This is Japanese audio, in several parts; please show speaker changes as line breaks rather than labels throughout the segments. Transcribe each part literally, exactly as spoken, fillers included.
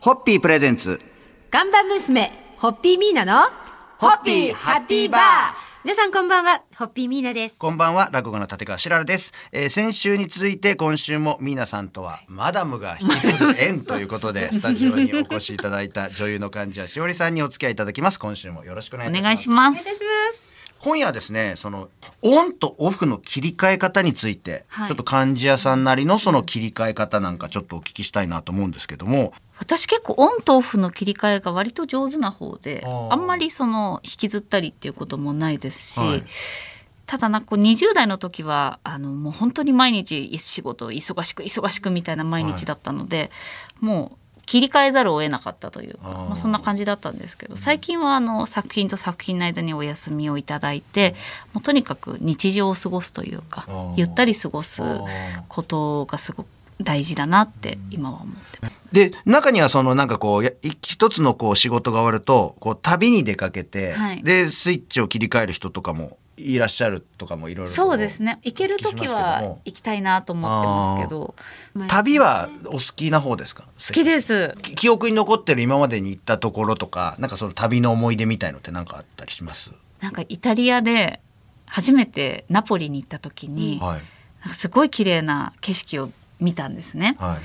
ホッピープレゼンツ
ガンバ娘、ホッピーミーナの
ホッピーハッピーバー。
皆さんこんばんは、ホッピーミーナです。
こんばんは、落語の立川しららです、えー、先週に続いて今週もミーナさんとはマダムが引き継ぐ縁ということでスタジオにお越しいただいた女優の貫地谷しおりさんにお付き合いいただきます。今週もよろしくお願いいたします。
お願いします。
お願いします。
今夜はですね、そのオンとオフの切り替え方について、はい、ちょっと貫地谷さんなりのその切り替え方なんかちょっとお聞きしたいなと思うんですけども。
私結構オンとオフの切り替えが割と上手な方で、あんまりその引きずったりっていうこともないですし、はい、ただなんかにじゅう代の時はあのもう本当に毎日仕事忙しく忙しくみたいな毎日だったので、はい、もう切り替えざるを得なかったというか、あまあ、そんな感じだったんですけど、最近はあの作品と作品の間にお休みをいただいて、もうとにかく日常を過ごすというか、ゆったり過ごすことがすごく大事だなって今は思ってます。
で、中にはそのなんかこう一つのこう仕事が終わるとこう旅に出かけて、はい、でスイッチを切り替える人とかもいらっしゃるとかもいろいろ。そうですね、
行ける時は行きたいなと思ってますけど。
旅はお好きな方ですか？
好きです。
記憶に残ってる今までに行ったところとか、なんかその旅の思い出みたいのって何かあったりします？
なんかイタリアで初めてナポリに行った時に、はい、なんかすごい綺麗な景色を見たんですね、はい、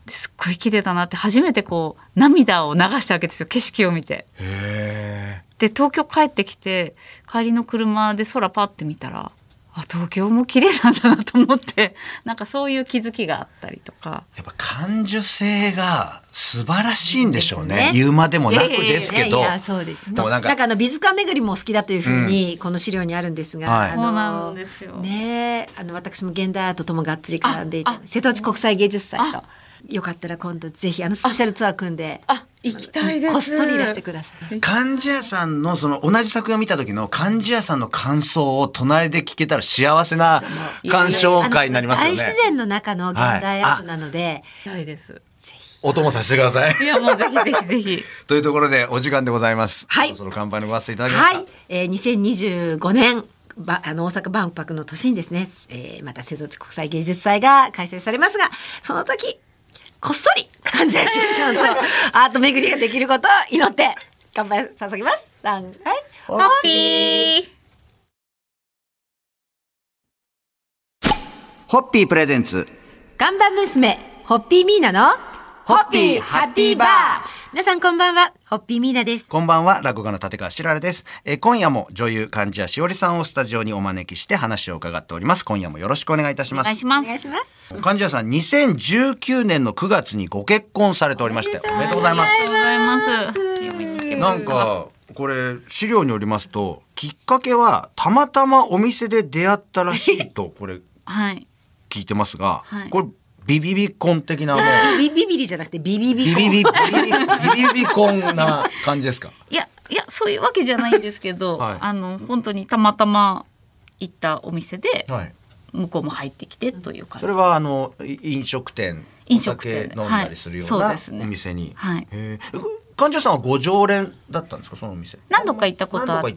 ですっごい綺麗だなって初めてこう涙を流したわけですよ、景色を見て。へー。で東京帰ってきて帰りの車で空パッて見たら、あ東京も綺麗なんだなと思って、なんかそういう気づきがあったりとか。
やっぱ感受性が素晴らしいんでしょうね、言うまでもなくですけど。
いやいやそうですね。なんかあの美術館巡りも好きだというふうにこの資料にあるんですが、うんはい、
あのそうなんですよ
ね、あの私も現代アートともがっつり絡んでいた瀬戸内国際芸術祭と、よかったら今度ぜひあのスペシャルツアー組んで、
あ行きたいです。
こっそりいらしてください。
貫地谷さんのその同じ作品を見た時の貫地谷さんの感想を隣で聞けたら幸せな鑑賞会になりますよね。
大自然の中の現代アートなので、
はい、いいです。
ぜひ
お供させてください。
いやもうぜひぜひぜひ
というところでお時間でございます。
はい。
そろそろ乾杯のごわせていただきますか。
はい、えー、にせんにじゅうごねんばあの大阪万博の年にですね、えー、また瀬戸内国際芸術祭が開催されますが、その時こっそり貫地谷しおりさんとアート巡りができることを祈って乾杯捧げます。さんはい、
ホッピー。
ホッピープレゼンツ
ガンバ娘、ホッピーミーナの
ホッピーハッピーバー。
皆さんこんばんは、ホッピーミーナです。
こんばんは、落語家の立川しららです。えー、今夜も女優貫地谷しおりさんをスタジオにお招きして話を伺っております。今夜もよろしくお願いいたします。
お願いします。
お願いします。
貫地谷さん、にせんじゅうきゅうねんのくがつにご結婚されておりまして、おめでとうございます。
ありがとうございます。
なんかこれ資料によりますと、きっかけはたまたまお店で出会ったらしいとこれ聞いてますが、はい、これビビビコン的なもう
ビビビリじゃなくてビビビコン
ビビビビビビビビコンな感じですか？
いやいやそういうわけじゃないんですけど、はい、あの本当にたまたま行ったお店で、はい、向こうも入ってきてという感じ。
それはあの飲食店、
飲食店
お酒飲んだりするような、はい、お店に。
はい、
へー。貫地谷さんはご常連だったんですか、そのお店？
何度か行ったことあって、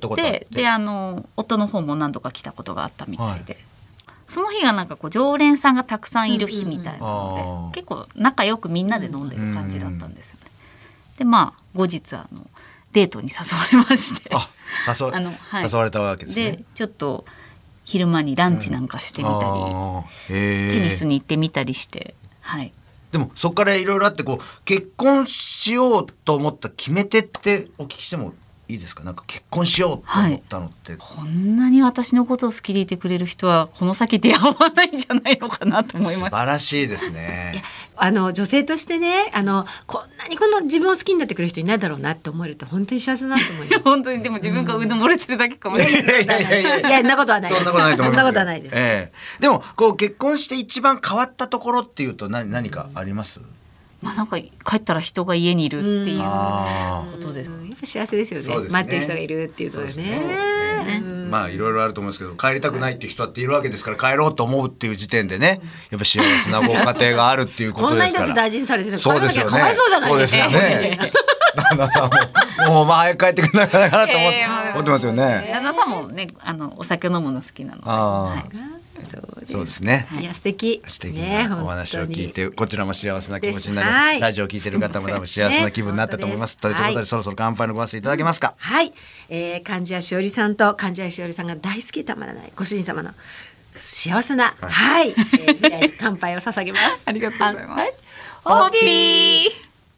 であの夫の方も何度か来たことがあったみたいで、はい、その日がなんかこう常連さんがたくさんいる日みたいなので、うんうんうん、結構仲良くみんなで飲んでる感じだったんですよね。でまあ後日あのデートに誘われまして
あ 誘, あの、はい、誘われたわけですね。
でちょっと昼間にランチなんかしてみたり、うん、テニスに行ってみたりして、はい。
でもそこからいろいろあって、こう結婚しようと思った決め手ってお聞きしてもいいですか？なんか結婚しようと思ったのって、はい、
こんなに私のことを好きでいてくれる人はこの先出会わないんじゃないのかなと思います。
素晴らしいですね。
あの女性としてね、あのこんなにこの自分を好きになってくれる人いないだろうなって思えると本当に幸せだなと思います。
本当に。でも自分がうぬぼれてるだけかもしれない。
いやいやいやいや
いや、そんなことはないです。
そんなことないと思います。
そんなことはないです。
ええ、でもこう結婚して一番変わったところっていうと何何かあります？
まあ、なんか帰ったら人が家にいるっていうことです。
やっぱ幸せですよ ね, ね待ってる人がいるっていうのは ね,
ね, ねまあいろいろあると思うんですけど、帰りたくないっていう人だっているわけですから、帰ろうと思うっていう時点でね、やっぱ幸せなご家庭があるっていうことですから。
こんなにだって大事にされてるの
そうですよね。
かわいそうじゃないですか。
そうですよね。旦那さんももうまあ早く帰ってくれないかなと思って、えー、思ってますよね。
旦那さんもね、あのお酒飲むの好きなので。あ、はい、
そうですね。
いや素敵
素敵
ね
なお話を聞いて、こちらも幸せな気持ちになる、
はい、
ラジオを聞いてる方も多分幸せな気分になったと思います。ということで、はい、そろそろ乾杯のご挨拶いただけますか。
はい、えー、貫地谷しおりさんと貫地谷しおりさんが大好きでたまらないご主人様の幸せな、はい、はい、えー、未来に乾杯を捧げます。
ありがとうございます。ホッピー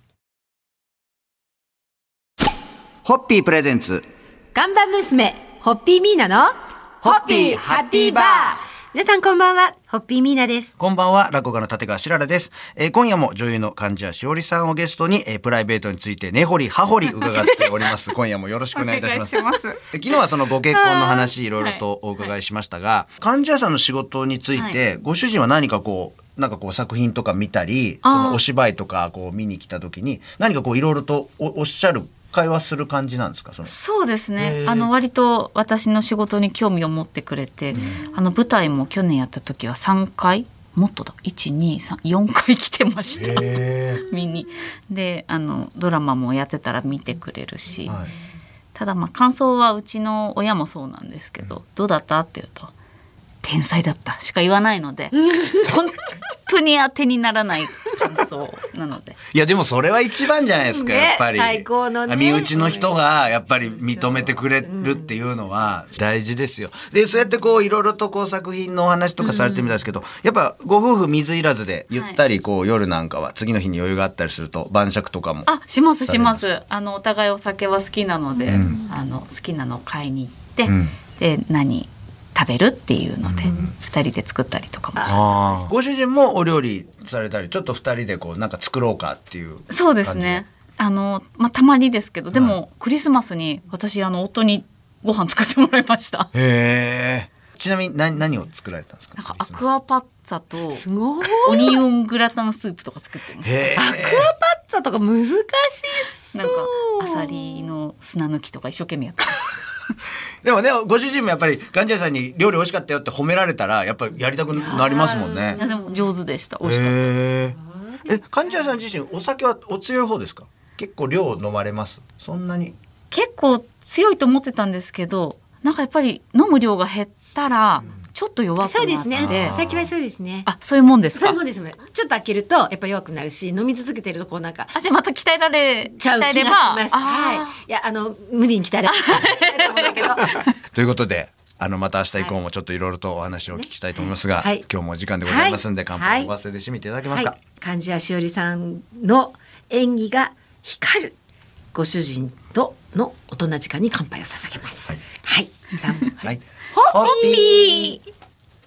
ホッピープレゼンツ
看板娘ホッピーミーナの
ホッピーハッピーバー。
皆さんこんばんは、ホッピーミーナです。
こんばんは、落語家の立川しららです。えー、今夜も女優の貫地谷しおりさんをゲストに、えー、プライベートについて根掘り葉掘り伺っております。今夜もよろしくお願いいたします。
ます
昨日はそのご結婚の話いろいろとお伺いしましたが、はい、貫地谷さんの仕事について、はい、ご主人は何かこうなんかこう作品とか見たり、そのお芝居とかこう見に来た時に何かこういろいろと お, おっしゃる会話する感じなんですか。その
そうですね、あの割と私の仕事に興味を持ってくれて、あの舞台も去年やった時はさんかいもっとだいちにさんよんかい来てました見に。であのドラマもやってたら見てくれるし、はい、ただまあ感想はうちの親もそうなんですけど、うん、どうだったって言うと天才だったしか言わないので本当に当てにならない感想なので
いやでもそれは一番じゃないですか、ね、やっぱり
最高の、ね、
身内の人がやっぱり認めてくれるっていうのは大事ですよ。でそうやってこういろいろとこう作品のお話とかされてみたんですけど、うん、やっぱご夫婦水入らずでゆったりこう夜なんかは次の日に余裕があったりすると晩酌とかも
あしますします。あのお互いお酒は好きなので、うん、あの好きなのを買いに行って、うん、で何食べるっていうので、うん、ふたりで作ったりとかもします。
ご主人もお料理されたりちょっとふたりでこうなんか作ろうかっていう感じ。
そうですね、あの、まあ、たまにですけどでも、はい、クリスマスに私あの夫にご飯作ってもらいました。
へー。ちなみに 何, 何を作られたんですか。
なんかアクアパッツァとオニオングラタンスープとか作ってます。
へー。アクアパッツァとか難しいそう。
なんかアサリの砂抜きとか一生懸命やって
でもねご主人もやっぱり貫地谷さんに料理美味しかったよって褒められたらやっぱりやりたくなりますもんね。
いやでも上手でした。美味しかったです。
え貫地谷さん自身お酒はお強い方ですか。結構量飲まれます。そんなに
結構強いと思ってたんですけどなんかやっぱり飲む量が減ったら、うんちょっと弱くなって。
そうですね。最近はそうですね。
あ、そういうもんですか。
そういうもんです。ちょっと開けるとやっぱ弱くなるし、飲み続けてるとこうなんか。
あ、じゃあまた鍛えられ
ちゃう気がします。はい。いやあの無理に鍛えられないけど。
ということで、あのまた明日以降もちょっといろいろとお話をお聞きしたいと思いますが、はい、今日もお時間でございますんで、乾杯のお忘れで締めていただけますか。はい、
貫地谷しおりさんの演技が光るご主人との大人時間に乾杯を捧げます。はい。はい。はい。ホッピー。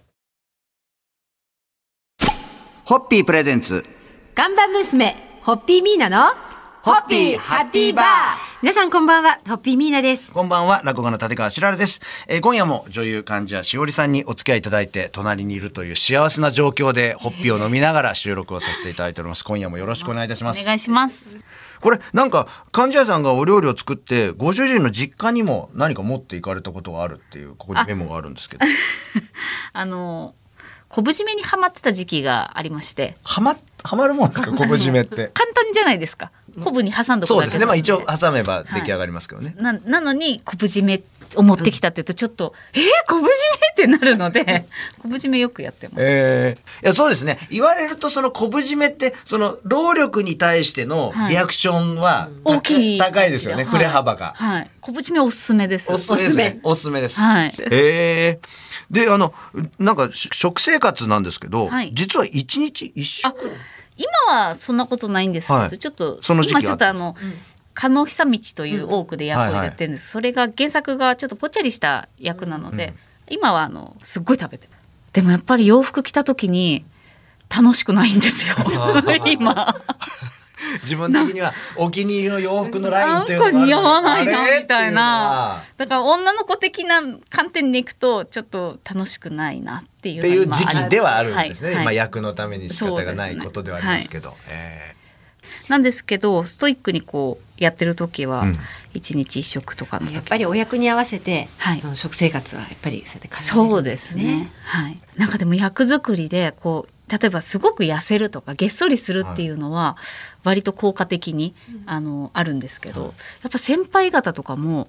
ホッピープレゼンツ
看板娘ホッピーミーナの
ホッピーハッピーバー。
皆さんこんばんは、ホッピーミーナです。
こんばんは、落語家の立川しららです。えー、今夜も女優貫地谷しおりさんにお付き合いいただいて隣にいるという幸せな状況でホッピーを飲みながら収録をさせていただいております。今夜もよろしくお願いいたします。
お願いします。
これなんか貫地谷さんがお料理を作ってご主人の実家にも何か持っていかれたことがあるっていうここにメモがあるんですけど、
あの昆布締めにハマってた時期がありまして。
はまはまるもんですか昆布締めって
簡単じゃないですか。昆布に挟んどくだけ。
そうですね、まあ、一応挟めば出来上がりますけどね、
はい、な, なのに昆布締めを持ってきたっていうとちょっと、うん、えー、昆布締めってなるので昆布締めよくやってます。
えー、いやそうですね、言われるとその昆布締めってその労力に対してのリアクションは、はい、大きい高いですよね、はい、振れ幅が、
はい、昆布締めおすすめです。
おすすめですね。おすすめです。
はい、
えーであのなんか食生活なんですけど、はい、実は一日一食。
今はそんなことないんですけど、はい、ちょっと今ちょっとあの、うん、加納久道という多くで役をやってるんです、うんはいはい、それが原作がちょっとぽっちゃりした役なので、うん、今はあのすっごい食べてる。でもやっぱり洋服着た時に楽しくないんですよ今
自分的にはお気に入りの洋服のラインというのが
なんか似合わないなみたいな。だから女の子的な観点でいくとちょっと楽しくないなっていう
っていう時期ではあるんですね、はいはい、まあ、役のために仕方がないことではありますけど、ねはいえ
ー、なんですけどストイックにこうやってる時は一日一食とかの時、うん、
やっぱりお役に合わせて、はい、その食生活はやっぱりそうやって考えるんですね。
そうですね、はい、なんかでも役作りでこう例えばすごく痩せるとかげっそりするっていうのは割と効果的に、はい、あのあるんですけど、やっぱ先輩方とかも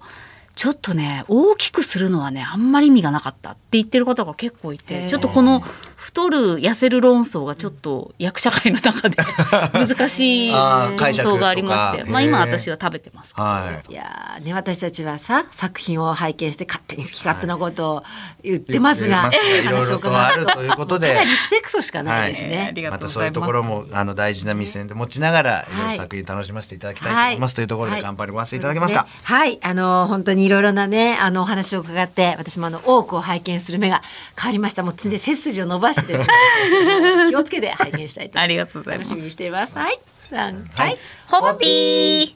ちょっとね大きくするのはねあんまり意味がなかったって言ってる方が結構い
へ
て、
ー
ちょっとこの太る痩せる論争がちょっと役者界の中で難しい論
あー解釈
争がありまして、
とか
まあ、今
へー
私は食べてますけど、
はい
いやーね、私たちはさ作品を拝見して勝手に好き勝手なことを言ってますが、
言ってますがいろいろとあるということで
ただリスペクトしかないですね、
はいありが
ま
とうございます
たそういうところもあの大事な目線で持ちながら、いろいろ
はい
作品楽しませていただきたいと思います、というところで乾杯にごわせていただきました。
そうですねはい、あの本当にいろいろなねあのお話を伺って私もあの多くを拝見する目が変わりました。もうつんで背筋を伸ばしてですね気をつけて拝見したいと
ありがとうございます
楽しみにしています。はい、さんはい、
ホッピー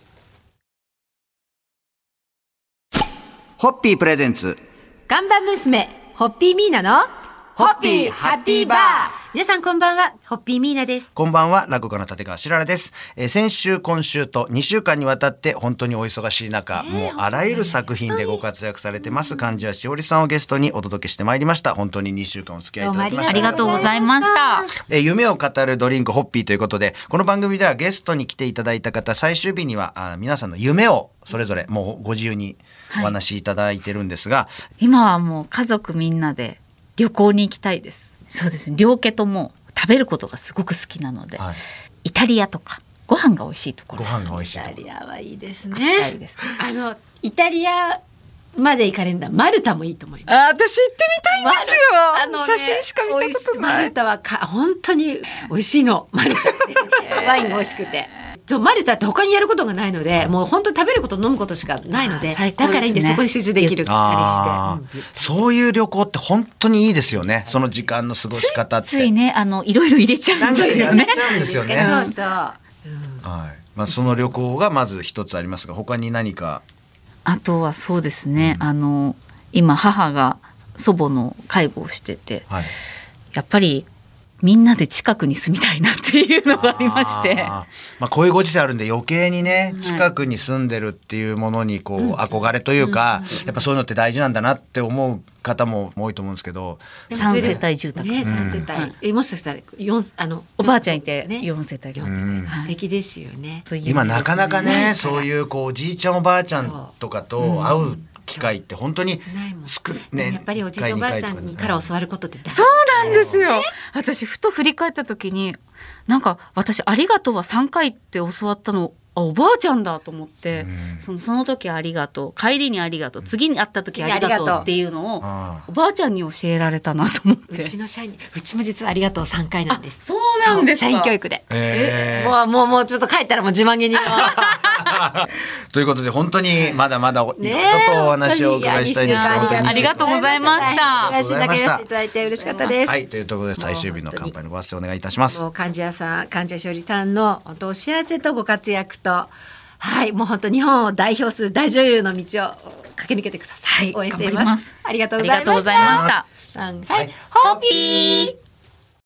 ホッピープレゼンツ
看板娘ホッピーミーナの
ホッピーハッピーバー。
皆さんこんばんは、ホッピーミーナです。
こんばんは、落語家の立川しららです、えー先週今週とにしゅうかんにわたって本当にお忙しい中、もうあらゆる作品でご活躍されてます貫地谷しおりさんをゲストにお届けしてまいりました。本当ににしゅうかんお付き合いいただきました。
ありがとうございました。
えー夢を語るドリンクホッピーということで、この番組ではゲストに来ていただいた方、最終日にはあ皆さんの夢をそれぞれもうご自由にお話しいただいてるんですが、
今はもう家族みんなで旅行に行きたいです。そうですね、両家とも食べることがすごく好きなので、
はい
イタリアとかご飯が美味しいとこ
ご
ろ
飯が美味しいと
イタリアはいいですね。
行きたいです。
あのイタリアまで行かれるんだ。マルタもいいと思います。
あ、私行ってみたいんですよ。
あのね
写真しか見たこと
マ
ない。
ルタはか本当に美味しいの。マルタってワインが美味しくて。そうマルタって他にやることがないので、もう本当に食べること飲むことしかないので、
あ最高ですね
だからいいんでそこに集中できる
あ
ありして。
ーそういう旅行って本当にいいですよね。その時間の過ごし方って
ついね、あのいろいろ入れちゃうんですよね
なんか。やっちゃうんですよね。
そうそう。
はい。まあその旅行がまず一つありますが、他に何か。
あとはそうですね、あの今母が祖母の介護をしてて、
はい。
やっぱりみんなで近くに住みたいなっていうのがありまして。
あーまあこういうご時世あるんで余計にね、
はい
近くに住んでるっていうものにこう憧れというか、やっぱそういうのって大事なんだなって思う方も多いと思うんですけど、
三世帯住宅、
ね、三世帯、えもしかしたら四あの
おばあちゃんいて
ね
よん世帯
四世帯、
うん
素敵ですよね。
そういう
今なかなか
ないから
ね、そういうこうおじいちゃんおばあちゃんとかと会う機会って本当に
ないもん
少
でも
ね。
やっぱりおじいちゃんおばあちゃんにから教わることって大事。
そうなんですよ。私ふと振り返った時に、なんか私ありがとうはさんかいって教わったの、あおばあちゃんだと思って、そのその時ありがとう、帰りにありがとう、次に会った時ありが
ありがとう
とうっていうのを
あ
おばあちゃんに教えられたなと思って。
うちの社員うちも実はありがとうさんかいなんです。
そうなんですか。
そう社員教育で。
えー
もうもうもうちょっと帰ったらもう自慢げに。
ということで本当にまだまだいろいろとお話をお伺いしたいんですが、
ねえ
本当に
ありがとうございました
お話だけしていただいて嬉しかったです。
はい、というところで最終日の乾杯のご発声お願いいたします。
もう患者さん患者しおりさんの本当お幸せとご活躍と、はいもう本当日本を代表する大女優の道を駆け抜けてください。
はい
応援してい
頑張り
ま。
ますす
ありがとうございました。
ありがとうございました。
さん
はい
ホッピー。